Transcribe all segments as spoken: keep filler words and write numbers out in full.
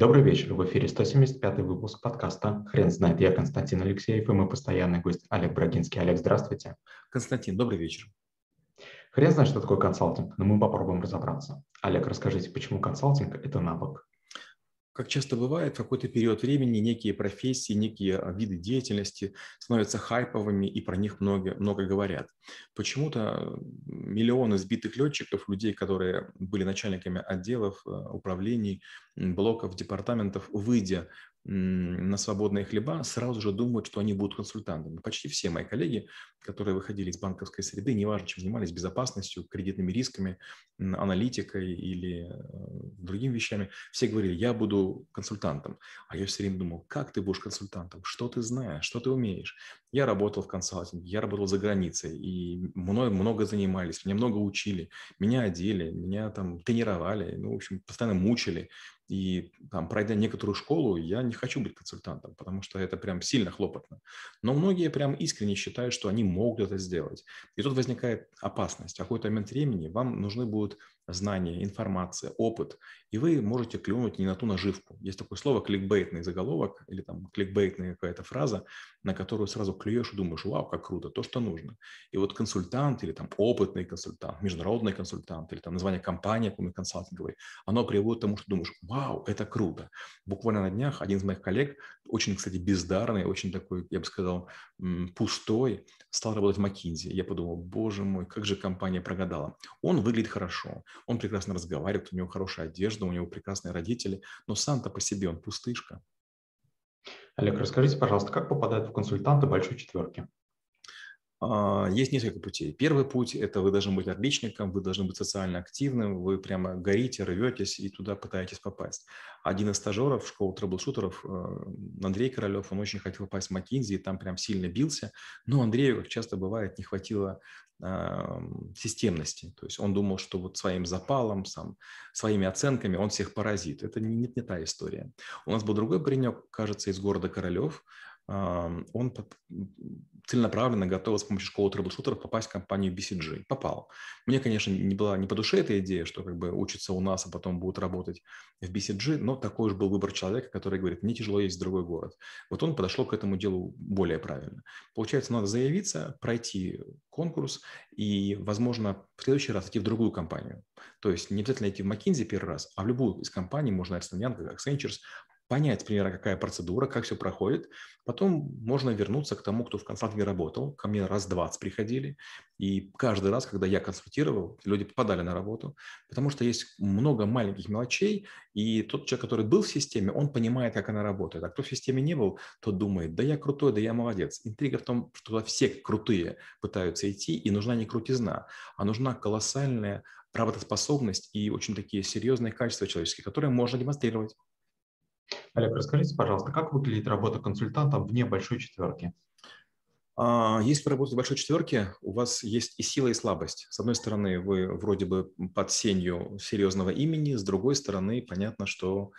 Добрый вечер. В эфире сто семьдесят пятый выпуск подкаста «Хрен знает». Я Константин Алексеев и мой постоянный гость Олег Брагинский. Олег, здравствуйте. Константин, добрый вечер. Хрен знает, что такое консалтинг, но мы попробуем разобраться. Олег, расскажите, почему консалтинг – это навык? Как часто бывает, в какой-то период времени некие профессии, некие виды деятельности становятся хайповыми, и про них много, много говорят. Почему-то миллионы сбитых летчиков, людей, которые были начальниками отделов, управлений, блоков, департаментов, выйдя на свободные хлеба, сразу же думают, что они будут консультантами. Почти все мои коллеги, которые выходили из банковской среды, неважно, чем занимались, безопасностью, кредитными рисками, аналитикой или другими вещами, все говорили, я буду консультантом. А я все время думал, как ты будешь консультантом? Что ты знаешь? Что ты умеешь? Я работал в консалтинге, я работал за границей, и мной много занимались, меня много учили, меня одели, меня там тренировали, ну, в общем, постоянно мучили. И там, пройдя некоторую школу, я не хочу быть консультантом, потому что это прям сильно хлопотно. Но многие прям искренне считают, что они могут это сделать. И тут возникает опасность. В какой-то момент времени вам нужны будут знания, информация, опыт, и вы можете клюнуть не на ту наживку. Есть такое слово кликбейтный заголовок или там кликбейтная какая-то фраза, на которую сразу клюешь и думаешь, вау, как круто, то, что нужно. И вот консультант или там опытный консультант, международный консультант или там название компании какой-нибудь консалтинговой, оно приводит к тому, что думаешь, вау, это круто. Буквально на днях один из моих коллег, очень, кстати, бездарный, очень такой, я бы сказал, пустой, стал работать в McKinsey. Я подумал, боже мой, как же компания прогадала. Он выглядит хорошо, он прекрасно разговаривает, у него хорошая одежда, у него прекрасные родители, но сам-то по себе он пустышка. Олег, расскажите, пожалуйста, как попадают в консультанты большой четверки? Есть несколько путей. Первый путь – это вы должны быть отличником, вы должны быть социально активным, вы прямо горите, рветесь и туда пытаетесь попасть. Один из стажеров школы трэблшутеров, Андрей Королев, он очень хотел попасть в McKinsey, и там прям сильно бился, но Андрею, как часто бывает, не хватило системности. То есть он думал, что вот своим запалом, сам, своими оценками он всех поразит. Это не, не, не та история. У нас был другой паренек, кажется, из города Королев. Он целенаправленно готовил с помощью школы трэблшутеров попасть в компанию би си джи. Попал. Мне, конечно, не была не по душе эта идея, что как бы учатся у нас, а потом будут работать в би си джи, но такой уж был выбор человека, который говорит, мне тяжело ездить в другой город. Вот он подошел к этому делу более правильно. Получается, надо заявиться, пройти конкурс и, возможно, в следующий раз идти в другую компанию. То есть не обязательно идти в McKinsey первый раз, а в любую из компаний, можно Ernst энд Young, Accenture, понять примерно, какая процедура, как все проходит. Потом можно вернуться к тому, кто в консалтинге работал. Ко мне раз двадцать приходили. И каждый раз, когда я консультировал, люди попадали на работу, потому что есть много маленьких мелочей, и тот человек, который был в системе, он понимает, как она работает. А кто в системе не был, тот думает, да я крутой, да я молодец. Интрига в том, что все крутые пытаются идти, и нужна не крутизна, а нужна колоссальная работоспособность и очень такие серьезные качества человеческие, которые можно демонстрировать. Олег, расскажите, пожалуйста, как выглядит работа консультантом вне большой четверки? Если вы работаете в большой четверке, у вас есть и сила, и слабость. С одной стороны, вы вроде бы под сенью серьезного имени, с другой стороны, понятно, что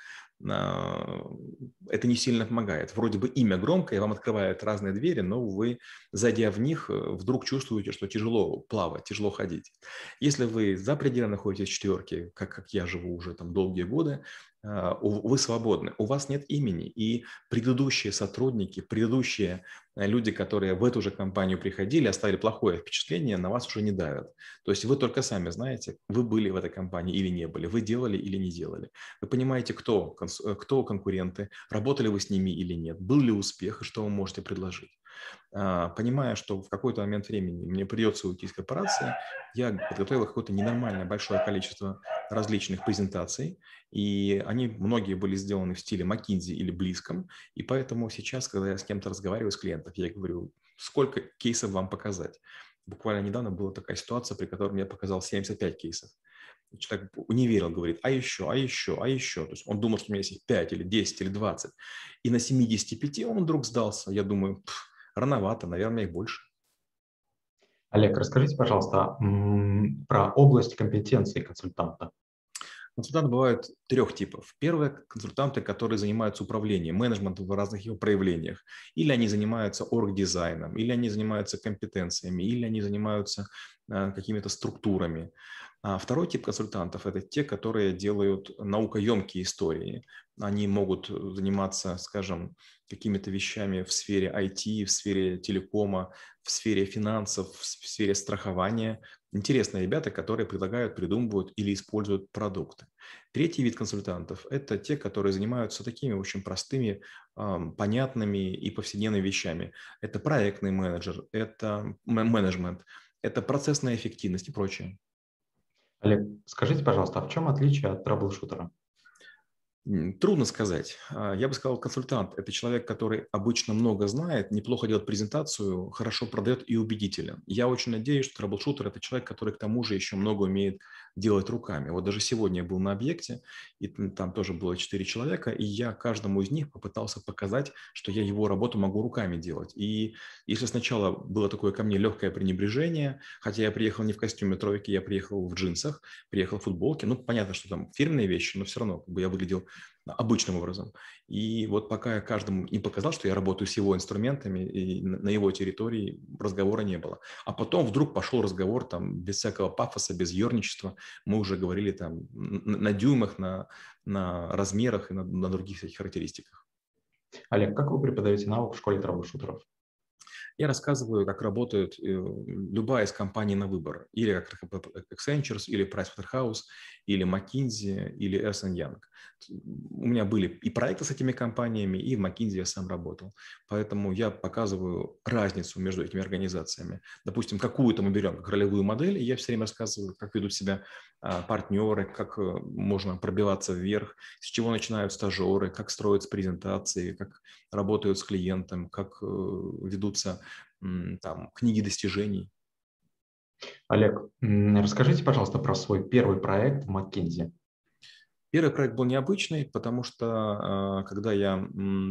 это не сильно помогает. Вроде бы имя громкое, вам открывает разные двери, но вы, зайдя в них, вдруг чувствуете, что тяжело плавать, тяжело ходить. Если вы за пределами находитесь в четверке, как, как я живу уже там долгие годы, вы свободны, у вас нет имени, и предыдущие сотрудники, предыдущие люди, которые в эту же компанию приходили, оставили плохое впечатление, на вас уже не давят. То есть вы только сами знаете, вы были в этой компании или не были, вы делали или не делали. Вы понимаете, кто, кто конкуренты, работали вы с ними или нет, был ли успех и что вы можете предложить. Понимая, что в какой-то момент времени мне придется уйти из корпорации, я подготовил какое-то ненормальное большое количество различных презентаций, и они многие были сделаны в стиле McKinsey или близком, и поэтому сейчас, когда я с кем-то разговариваю, с клиентом, я говорю, сколько кейсов вам показать. Буквально недавно была такая ситуация, при которой я показал семьдесят пять кейсов. Человек не верил, говорит, а еще, а еще, а еще. То есть он думал, что у меня есть пять или десять или двадцать. И на семидесяти пяти он вдруг сдался. Я думаю, рановато, наверное, их больше. Олег, расскажите, пожалуйста, про область компетенции консультанта. Консультанты бывают трех типов. Первое – консультанты, которые занимаются управлением, менеджментом в разных его проявлениях. Или они занимаются оргдизайном, или они занимаются компетенциями, или они занимаются э, какими-то структурами. А второй тип консультантов – это те, которые делают наукоемкие истории. Они могут заниматься, скажем, какими-то вещами в сфере ай ти, в сфере телекома, в сфере финансов, в сфере страхования. Интересные ребята, которые предлагают, придумывают или используют продукты. Третий вид консультантов – это те, которые занимаются такими очень простыми, понятными и повседневными вещами. Это проектный менеджер, это менеджмент, это процессная эффективность и прочее. Олег, скажите, пожалуйста, а в чем отличие от трэблшутера? Трудно сказать. Я бы сказал, консультант – это человек, который обычно много знает, неплохо делает презентацию, хорошо продает и убедителен. Я очень надеюсь, что трэблшутер – это человек, который к тому же еще много умеет делать руками. Вот даже сегодня я был на объекте, и там тоже было четыре человека, и я каждому из них попытался показать, что я его работу могу руками делать. И если сначала было такое ко мне легкое пренебрежение, хотя я приехал не в костюме тройки, я приехал в джинсах, приехал в футболке, ну, понятно, что там фирменные вещи, но все равно как бы я выглядел обычным образом. И вот пока я каждому не показал, что я работаю с его инструментами, и на его территории разговора не было. А потом вдруг пошел разговор там без всякого пафоса, без ерничества. Мы уже говорили там на дюймах, на, на размерах и на, на других всяких характеристиках. Олег, как вы преподаете науку в школе трэблшутеров? Я рассказываю, как работает любая из компаний на выбор. Или как Accenture, или PricewaterhouseCoopers, или McKinsey, или Ernst энд Young. У меня были и проекты с этими компаниями, и в McKinsey я сам работал. Поэтому я показываю разницу между этими организациями. Допустим, какую-то мы берем как ролевую модель, и я все время рассказываю, как ведут себя партнеры, как можно пробиваться вверх, с чего начинают стажеры, как строятся презентации, как работают с клиентом, как ведутся там книги достижений. Олег, расскажите, пожалуйста, про свой первый проект в McKinsey. Первый проект был необычный, потому что когда я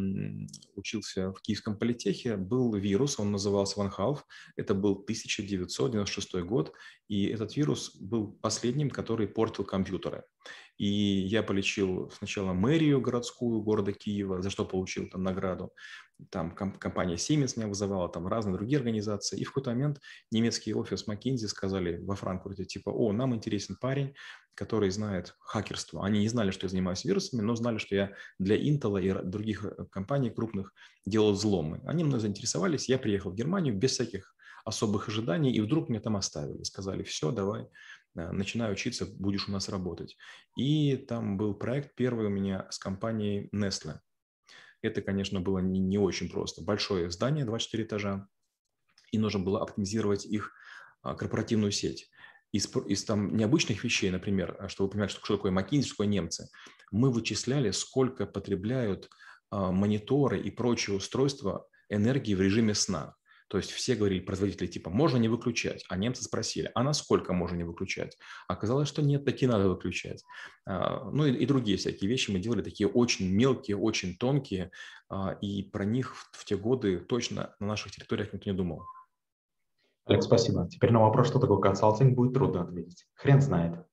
учился в Киевском политехе, был вирус, он назывался One Half. Это был тысяча девятьсот девяносто шестой год, и этот вирус был последним, который портил компьютеры. И я полечил сначала мэрию городскую города Киева, за что получил там награду. Там компания Siemens меня вызывала, там разные другие организации. И в какой-то момент немецкий офис McKinsey сказали во Франкфурте, типа, о, нам интересен парень, который знает хакерство. Они не знали, что я занимаюсь вирусами, но знали, что я для Intel и других компаний крупных делал взломы. Они мной заинтересовались, я приехал в Германию без всяких особых ожиданий, и вдруг меня там оставили. Сказали, все, давай, начинай учиться, будешь у нас работать. И там был проект первый у меня с компанией Nestle. Это, конечно, было не, не очень просто. Большое здание, двадцать четыре этажа, и нужно было оптимизировать их корпоративную сеть. Из, из там необычных вещей, например, чтобы вы понимали, что, что такое McKinsey, что такое немцы, мы вычисляли, сколько потребляют а, мониторы и прочие устройства энергии в режиме сна. То есть все говорили, производители, типа, можно не выключать. А немцы спросили, а насколько можно не выключать? Оказалось, что нет, таки надо выключать. А, ну и, и другие всякие вещи мы делали, такие очень мелкие, очень тонкие, а, и про них в, в те годы точно на наших территориях никто не думал. Олег, спасибо. Теперь на вопрос, что такое консалтинг, будет трудно ответить. Хрен знает.